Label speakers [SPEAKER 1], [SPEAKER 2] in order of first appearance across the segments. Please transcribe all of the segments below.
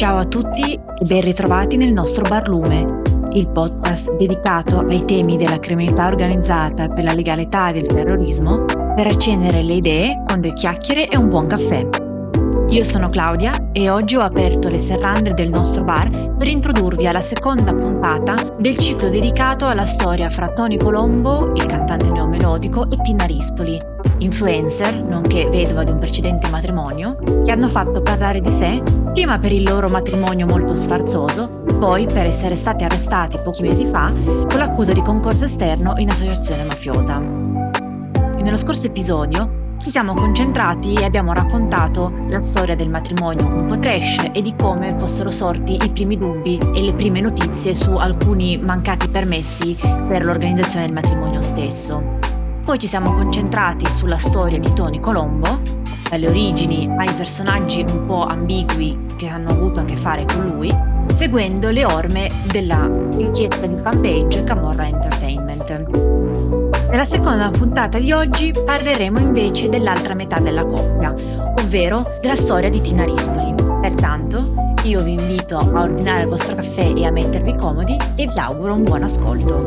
[SPEAKER 1] Ciao a tutti e ben ritrovati nel nostro Barlume, il podcast dedicato ai temi della criminalità organizzata, della legalità e del terrorismo per accendere le idee con due chiacchiere e un buon caffè. Io sono Claudia e oggi ho aperto le serrande del nostro bar per introdurvi alla seconda puntata del ciclo dedicato alla storia fra Tony Colombo, il cantante neomelodico, e Tina Rispoli, influencer, nonché vedova di un precedente matrimonio, che hanno fatto parlare di sé prima per il loro matrimonio molto sfarzoso, poi per essere stati arrestati pochi mesi fa con l'accusa di concorso esterno in associazione mafiosa. Nello scorso episodio ci siamo concentrati e abbiamo raccontato la storia del matrimonio un po' trash e di come fossero sorti i primi dubbi e le prime notizie su alcuni mancati permessi per l'organizzazione del matrimonio stesso. Poi ci siamo concentrati sulla storia di Tony Colombo, dalle origini ai personaggi un po' ambigui che hanno avuto a che fare con lui, seguendo le orme della inchiesta di fanpage Camorra Entertainment. Nella seconda puntata di oggi parleremo invece dell'altra metà della coppia, ovvero della storia di Tina Rispoli. Pertanto, io vi invito a ordinare il vostro caffè e a mettervi comodi e vi auguro un buon ascolto.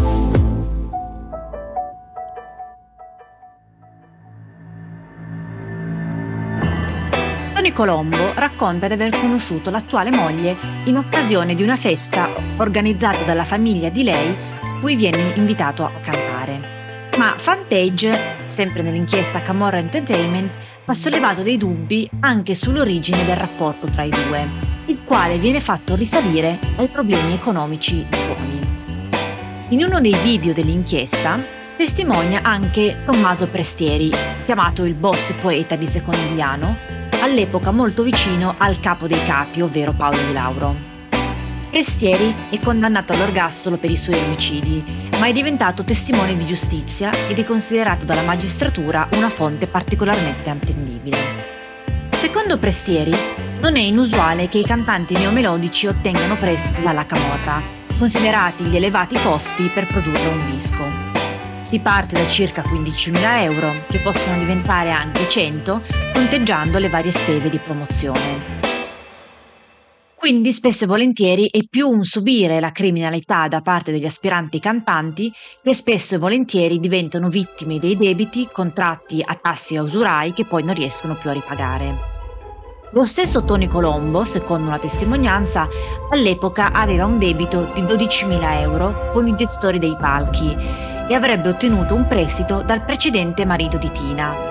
[SPEAKER 1] Tony Colombo racconta di aver conosciuto l'attuale moglie in occasione di una festa organizzata dalla famiglia di lei, cui viene invitato a cantare. Ma Fanpage, sempre nell'inchiesta Camorra Entertainment, ha sollevato dei dubbi anche sull'origine del rapporto tra i due, il quale viene fatto risalire ai problemi economici di Tony. In uno dei video dell'inchiesta testimonia anche Tommaso Prestieri, chiamato il boss e poeta di Secondigliano, all'epoca molto vicino al capo dei capi, ovvero Paolo Di Lauro. Prestieri è condannato all'ergastolo per i suoi omicidi, ma è diventato testimone di giustizia ed è considerato dalla magistratura una fonte particolarmente attendibile. Secondo Prestieri, non è inusuale che i cantanti neomelodici ottengano prestiti dalla Camorra, considerati gli elevati costi per produrre un disco. Si parte da circa 15.000 euro, che possono diventare anche 100, conteggiando le varie spese di promozione. Quindi spesso e volentieri è più un subire la criminalità da parte degli aspiranti cantanti che spesso e volentieri diventano vittime dei debiti contratti a tassi e a usurai che poi non riescono più a ripagare. Lo stesso Tony Colombo, secondo una testimonianza, all'epoca aveva un debito di 12.000 euro con i gestori dei palchi e avrebbe ottenuto un prestito dal precedente marito di Tina.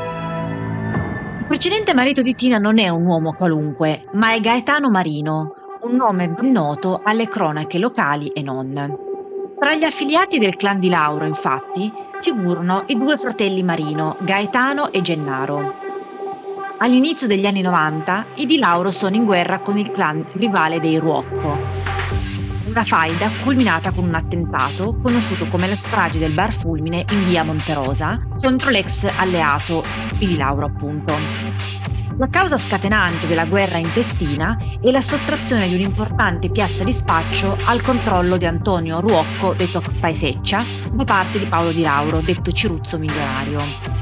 [SPEAKER 1] Il precedente marito di Tina non è un uomo qualunque, ma è Gaetano Marino, un nome ben noto alle cronache locali e non. Tra gli affiliati del clan Di Lauro, infatti, figurano i due fratelli Marino, Gaetano e Gennaro. All'inizio degli anni 90, i Di Lauro sono in guerra con il clan rivale dei Ruocco. Una faida culminata con un attentato conosciuto come la strage del Bar Fulmine in via Monterosa contro l'ex alleato, i Di Lauro appunto. La causa scatenante della guerra intestina è la sottrazione di un'importante piazza di spaccio al controllo di Antonio Ruocco, detto Paeseccia, da parte di Paolo Di Lauro, detto Ciruzzo Milionario.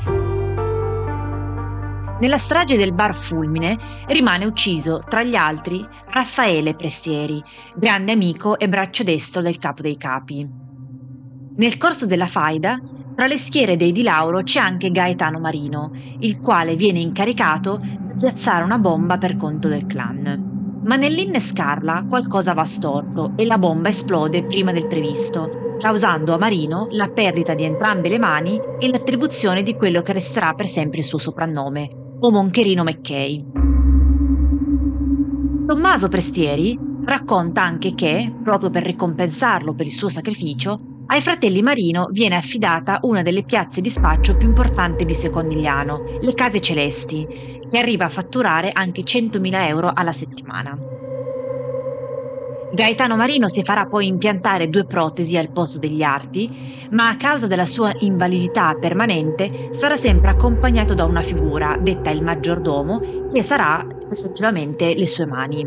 [SPEAKER 1] Nella strage del Bar Fulmine rimane ucciso, tra gli altri, Raffaele Prestieri, grande amico e braccio destro del capo dei capi. Nel corso della faida, tra le schiere dei Di Lauro c'è anche Gaetano Marino, il quale viene incaricato di piazzare una bomba per conto del clan. Ma nell'innescarla qualcosa va storto e la bomba esplode prima del previsto, causando a Marino la perdita di entrambe le mani e l'attribuzione di quello che resterà per sempre il suo soprannome, o Moncherino McKay. Tommaso Prestieri racconta anche che, proprio per ricompensarlo per il suo sacrificio, ai fratelli Marino viene affidata una delle piazze di spaccio più importanti di Secondigliano, le Case Celesti, che arriva a fatturare anche 100.000 euro alla settimana. Gaetano Marino si farà poi impiantare 2 protesi al posto degli arti, ma a causa della sua invalidità permanente sarà sempre accompagnato da una figura, detta il maggiordomo, che sarà effettivamente le sue mani.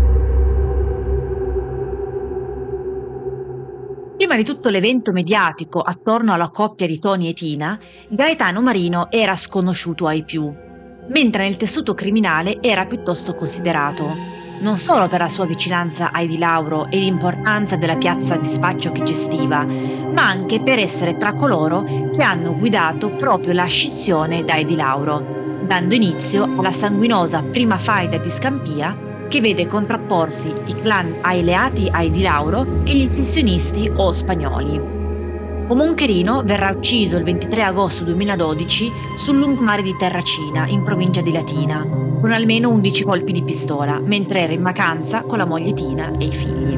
[SPEAKER 1] Prima di tutto l'evento mediatico attorno alla coppia di Tony e Tina, Gaetano Marino era sconosciuto ai più, mentre nel tessuto criminale era piuttosto considerato. non solo per la sua vicinanza ai Di Lauro e l'importanza della piazza di spaccio che gestiva, ma anche per essere tra coloro che hanno guidato proprio la scissione dai Di Lauro, dando inizio alla sanguinosa prima faida di Scampia che vede contrapporsi i clan alleati ai Di Lauro e gli scissionisti o spagnoli. Moncherino verrà ucciso il 23 agosto 2012 sul lungomare di Terracina, in provincia di Latina, con almeno 11 colpi di pistola, mentre era in vacanza con la moglie Tina e i figli.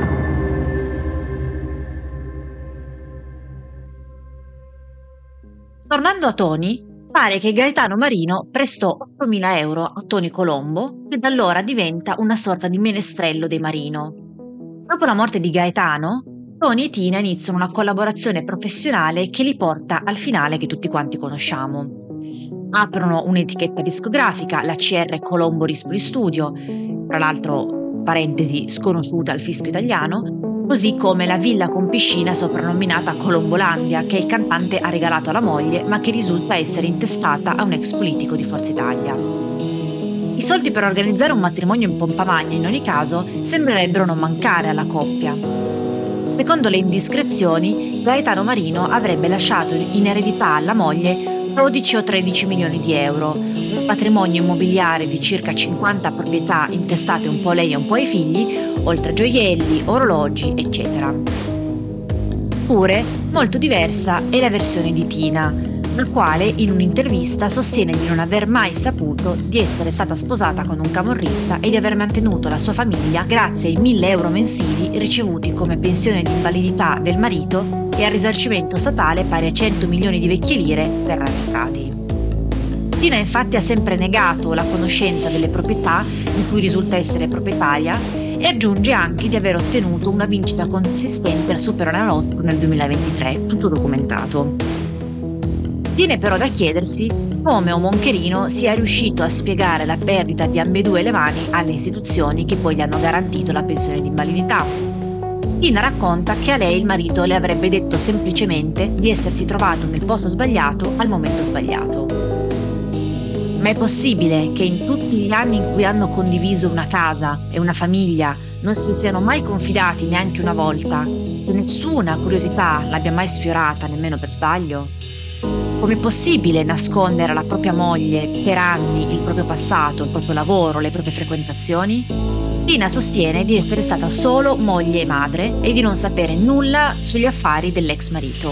[SPEAKER 1] Tornando a Tony, pare che Gaetano Marino prestò 8.000 euro a Tony Colombo, che da allora diventa una sorta di menestrello dei Marino. Dopo la morte di Gaetano, Tony e Tina iniziano una collaborazione professionale che li porta al finale che tutti quanti conosciamo. Aprono un'etichetta discografica, la CR Colombo Rispoli Studio, tra l'altro parentesi sconosciuta al fisco italiano, così come la villa con piscina soprannominata Colombolandia, che il cantante ha regalato alla moglie, ma che risulta essere intestata a un ex politico di Forza Italia. I soldi per organizzare un matrimonio in pompa magna, in ogni caso, sembrerebbero non mancare alla coppia. Secondo le indiscrezioni, Gaetano Marino avrebbe lasciato in eredità alla moglie 12 o 13 milioni di euro, un patrimonio immobiliare di circa 50 proprietà intestate un po' a lei e un po' ai figli, oltre a gioielli, orologi, eccetera. Eppure, molto diversa è la versione di Tina, la quale in un'intervista sostiene di non aver mai saputo di essere stata sposata con un camorrista e di aver mantenuto la sua famiglia grazie ai 1.000 euro mensili ricevuti come pensione di invalidità del marito e al risarcimento statale pari a 100 milioni di vecchie lire per arretrati. Tina infatti ha sempre negato la conoscenza delle proprietà di cui risulta essere proprietaria e aggiunge anche di aver ottenuto una vincita consistente al Superenalotto nel 2023, tutto documentato. Viene però da chiedersi come Moncherino sia riuscito a spiegare la perdita di ambedue le mani alle istituzioni che poi gli hanno garantito la pensione di invalidità. Tina racconta che a lei il marito le avrebbe detto semplicemente di essersi trovato nel posto sbagliato al momento sbagliato. Ma è possibile che in tutti gli anni in cui hanno condiviso una casa e una famiglia non si siano mai confidati neanche una volta, che nessuna curiosità l'abbia mai sfiorata nemmeno per sbaglio? Com'è possibile nascondere alla propria moglie per anni il proprio passato, il proprio lavoro, le proprie frequentazioni? Tina sostiene di essere stata solo moglie e madre e di non sapere nulla sugli affari dell'ex marito.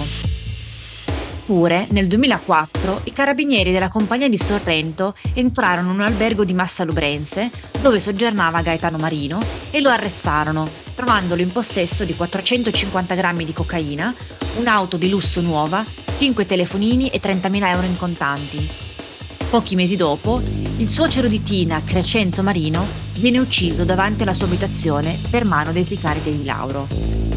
[SPEAKER 1] Eppure, nel 2004, i carabinieri della compagnia di Sorrento entrarono in un albergo di Massalubrense, dove soggiornava Gaetano Marino, e lo arrestarono, trovandolo in possesso di 450 grammi di cocaina, un'auto di lusso nuova, 5 telefonini e 30.000 euro in contanti. Pochi mesi dopo, il suocero di Tina, Crescenzo Marino, viene ucciso davanti alla sua abitazione per mano dei sicari dei Di Lauro.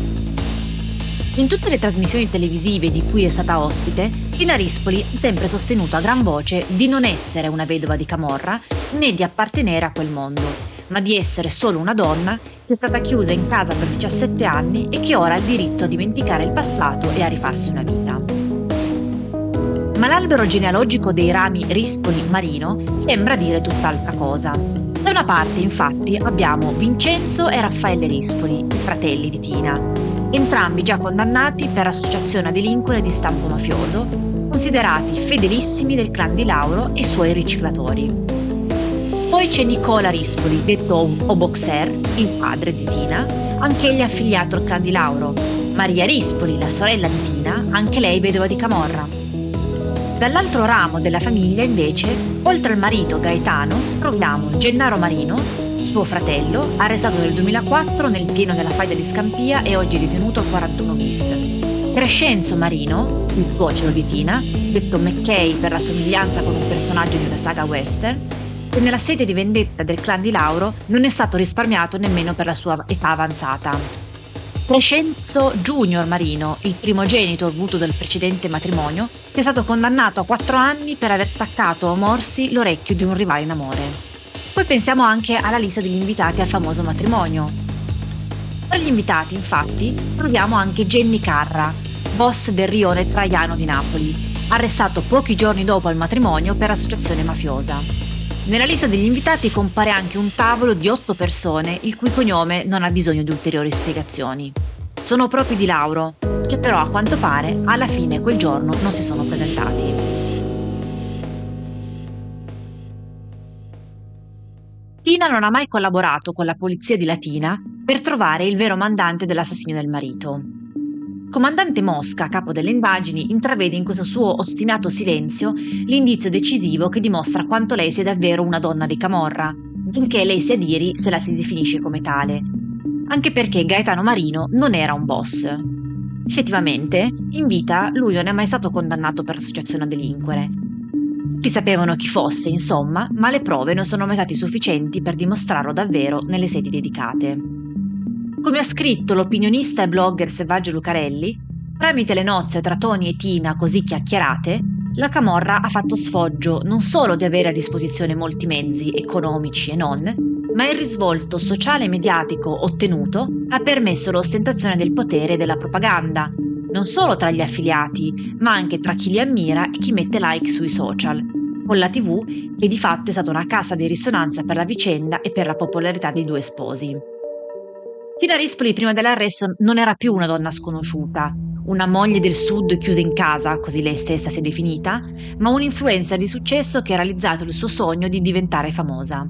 [SPEAKER 1] In tutte le trasmissioni televisive di cui è stata ospite, Tina Rispoli ha sempre sostenuto a gran voce di non essere una vedova di camorra né di appartenere a quel mondo, ma di essere solo una donna che è stata chiusa in casa per 17 anni e che ora ha il diritto a dimenticare il passato e a rifarsi una vita. Ma l'albero genealogico dei rami Rispoli-Marino sembra dire tutt'altra cosa. Da una parte, infatti, abbiamo Vincenzo e Raffaele Rispoli, i fratelli di Tina, entrambi già condannati per associazione a delinquere di stampo mafioso, considerati fedelissimi del clan Di Lauro e suoi riciclatori. Poi c'è Nicola Rispoli, detto Oboxer, il padre di Tina, anch'egli affiliato al clan Di Lauro. Maria Rispoli, la sorella di Tina, anche lei vedova di camorra. Dall'altro ramo della famiglia, invece, oltre al marito Gaetano, troviamo Gennaro Marino, suo fratello, arrestato nel 2004 nel pieno della faida di Scampia e oggi detenuto al 41 bis. Crescenzo Marino, il suocero di Tina, detto McKay per la somiglianza con un personaggio di una saga western, che nella sete di vendetta del clan Di Lauro non è stato risparmiato nemmeno per la sua età avanzata. Crescenzo Junior Marino, il primogenito avuto dal precedente matrimonio, che è stato condannato a 4 anni per aver staccato a morsi l'orecchio di un rivale in amore. Poi pensiamo anche alla lista degli invitati al famoso matrimonio. Tra gli invitati, infatti, troviamo anche Genny Carra, boss del rione Traiano di Napoli, arrestato pochi giorni dopo il matrimonio per associazione mafiosa. Nella lista degli invitati compare anche un tavolo di 8 persone il cui cognome non ha bisogno di ulteriori spiegazioni. Sono proprio di Lauro, che però a quanto pare alla fine quel giorno non si sono presentati. Tina non ha mai collaborato con la polizia di Latina per trovare il vero mandante dell'assassinio del marito. Comandante Mosca, capo delle indagini, intravede in questo suo ostinato silenzio l'indizio decisivo che dimostra quanto lei sia davvero una donna di camorra, benché lei sia diri se la si definisce come tale. Anche perché Gaetano Marino non era un boss. Effettivamente, in vita lui non è mai stato condannato per associazione a delinquere. Tutti sapevano chi fosse, insomma, ma le prove non sono mai state sufficienti per dimostrarlo davvero nelle sedi dedicate. Come ha scritto l'opinionista e blogger Selvaggio Lucarelli, tramite le nozze tra Tony e Tina così chiacchierate, la camorra ha fatto sfoggio non solo di avere a disposizione molti mezzi economici e non, ma il risvolto sociale e mediatico ottenuto ha permesso l'ostentazione del potere e della propaganda, non solo tra gli affiliati, ma anche tra chi li ammira e chi mette like sui social, con la TV che di fatto è stata una cassa di risonanza per la vicenda e per la popolarità dei due sposi. Tina Rispoli prima dell'arresto non era più una donna sconosciuta, una moglie del sud chiusa in casa, così lei stessa si è definita, ma un influencer di successo che ha realizzato il suo sogno di diventare famosa.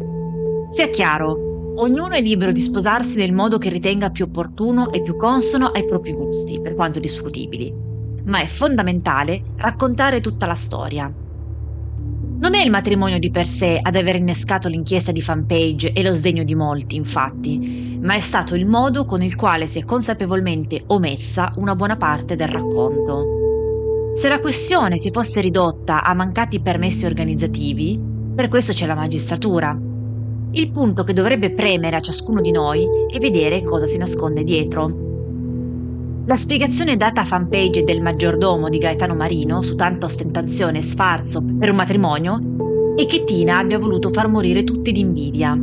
[SPEAKER 1] Sia chiaro, ognuno è libero di sposarsi nel modo che ritenga più opportuno e più consono ai propri gusti, per quanto discutibili, ma è fondamentale raccontare tutta la storia. Non è il matrimonio di per sé ad aver innescato l'inchiesta di Fanpage e lo sdegno di molti, infatti, ma è stato il modo con il quale si è consapevolmente omessa una buona parte del racconto. Se la questione si fosse ridotta a mancati permessi organizzativi, per questo c'è la magistratura. Il punto che dovrebbe premere a ciascuno di noi è vedere cosa si nasconde dietro. La spiegazione data a Fanpage del maggiordomo di Gaetano Marino su tanta ostentazione e sfarzo per un matrimonio è che Tina abbia voluto far morire tutti d'invidia.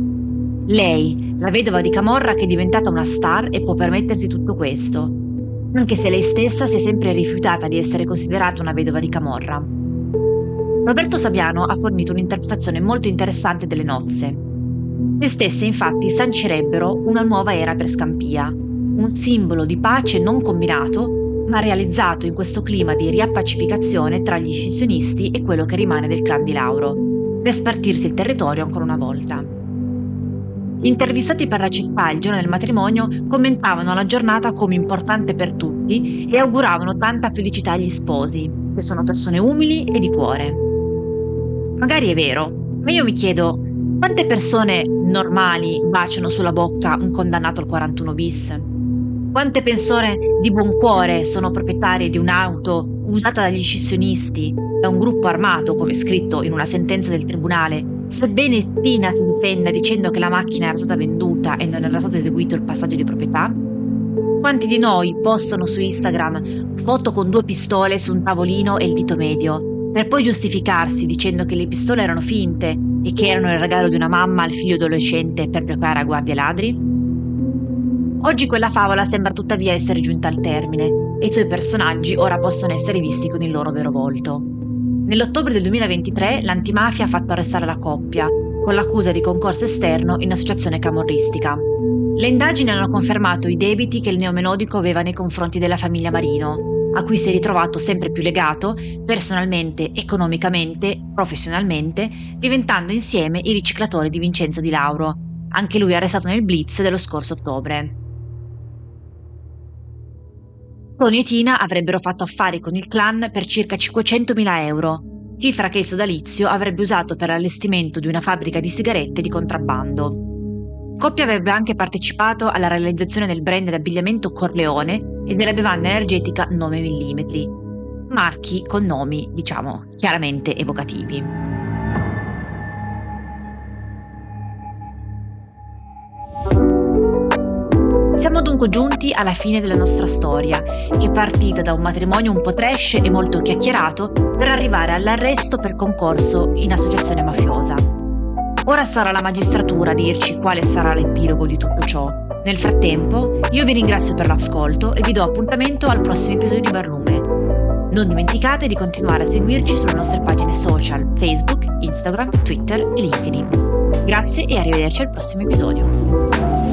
[SPEAKER 1] Lei, la vedova di camorra che è diventata una star e può permettersi tutto questo, anche se lei stessa si è sempre rifiutata di essere considerata una vedova di camorra. Roberto Saviano ha fornito un'interpretazione molto interessante delle nozze. Le stesse infatti sancirebbero una nuova era per Scampia, un simbolo di pace non combinato, ma realizzato in questo clima di riappacificazione tra gli scissionisti e quello che rimane del clan di Lauro, per spartirsi il territorio ancora una volta. Gli intervistati per la città il giorno del matrimonio commentavano la giornata come importante per tutti e auguravano tanta felicità agli sposi, che sono persone umili e di cuore. Magari è vero, ma io mi chiedo, quante persone normali baciano sulla bocca un condannato al 41 bis? Quante persone di buon cuore sono proprietarie di un'auto usata dagli scissionisti, da un gruppo armato, come scritto in una sentenza del tribunale, sebbene Tina si difenda dicendo che la macchina era stata venduta e non era stato eseguito il passaggio di proprietà? Quanti di noi postano su Instagram foto con 2 pistole su un tavolino e il dito medio, per poi giustificarsi dicendo che le pistole erano finte e che erano il regalo di una mamma al figlio adolescente per giocare a guardie ladri? Oggi quella favola sembra tuttavia essere giunta al termine e i suoi personaggi ora possono essere visti con il loro vero volto. Nell'ottobre del 2023 l'antimafia ha fatto arrestare la coppia, con l'accusa di concorso esterno in associazione camorristica. Le indagini hanno confermato i debiti che il neomelodico aveva nei confronti della famiglia Marino, a cui si è ritrovato sempre più legato, personalmente, economicamente, professionalmente, diventando insieme i riciclatori di Vincenzo Di Lauro, anche lui arrestato nel blitz dello scorso ottobre. Tony e Tina avrebbero fatto affari con il clan per circa 500.000 euro, cifra che il sodalizio avrebbe usato per l'allestimento di una fabbrica di sigarette di contrabbando. Coppia avrebbe anche partecipato alla realizzazione del brand d'abbigliamento Corleone e della bevanda energetica 9 mm, marchi con nomi, diciamo, chiaramente evocativi. Siamo dunque giunti alla fine della nostra storia, che è partita da un matrimonio un po' trash e molto chiacchierato per arrivare all'arresto per concorso in associazione mafiosa. Ora sarà la magistratura a dirci quale sarà l'epilogo di tutto ciò. Nel frattempo, io vi ringrazio per l'ascolto e vi do appuntamento al prossimo episodio di Barlume. Non dimenticate di continuare a seguirci sulle nostre pagine social, Facebook, Instagram, Twitter e LinkedIn. Grazie e arrivederci al prossimo episodio.